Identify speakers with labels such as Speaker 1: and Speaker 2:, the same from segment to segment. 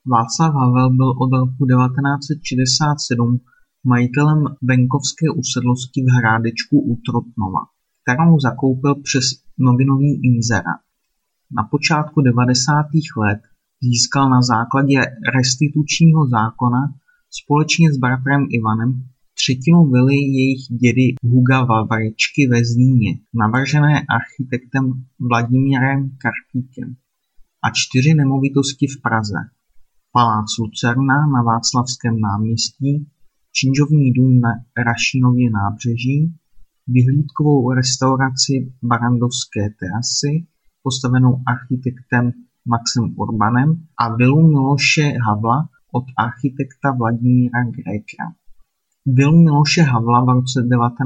Speaker 1: Václav Havel byl od roku 1967 majitelem venkovské usedlosti v Hrádečku u Trutnova, kterou zakoupil přes novinový inzerát. Na počátku 90. let získal na základě restitučního zákona společně s bratrem Ivanem třetinu vily jejich dědy Huga Vavrečky ve Zlíně, navržené architektem Vladimírem Karpíkem, a 4 nemovitosti v Praze: palác Lucerna na Václavském náměstí, činžovní dům na Rašinově nábřeží, vyhlídkovou restauraci Barrandovské terasy, postavenou architektem Maxem Urbanem, a vilu Miloše Havla od architekta Vladimíra Grégera. Vilu Miloše Havla v roce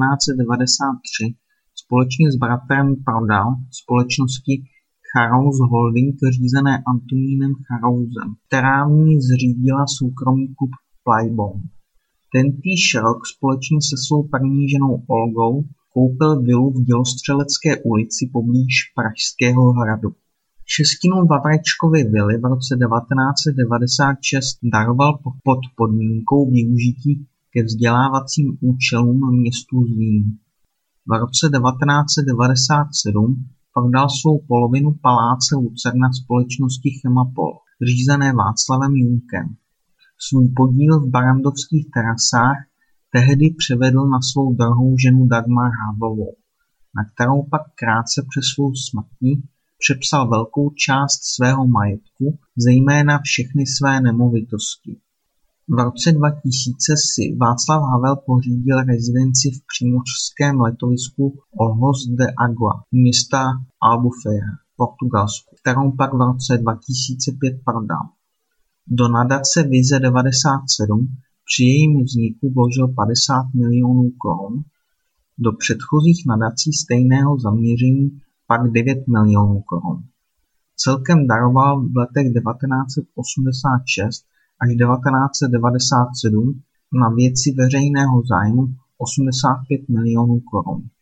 Speaker 1: 1993 společně s bratrem prodal společnosti Charouz Holding řízené Antonínem Charouzem, která v ní zřídila soukromý klub Playboy. Tentýž rok společně se svou první ženou Olgou koupil vilu v Dělostřelecké ulici poblíž Pražského hradu. Šestinu Vavrečkovy vily v roce 1996 daroval pod podmínkou využití ke vzdělávacím účelům městu Zlín. V roce 1997 prodal svou polovinu paláce Lucerna společnosti Chemapol, řízené Václavem Junkem. Svůj podíl v Barrandovských terasách tehdy převedl na svou druhou ženu Dagmar Havlovou, na kterou pak krátce před svou smrtí přepsal velkou část svého majetku, zejména všechny své nemovitosti. V roce 2000 si Václav Havel pořídil rezidenci v přímořském letovisku Olhos de Agua města Albufeira v Portugalsku, kterou pak v roce 2005 prodal. Do nadace Vize 97 při jejím vzniku vložil 50 milionů korun, do předchozích nadací stejného zaměření pak 9 milionů korun. Celkem daroval v letech 1986 až 1997 na věci veřejného zájmu 85 milionů korun.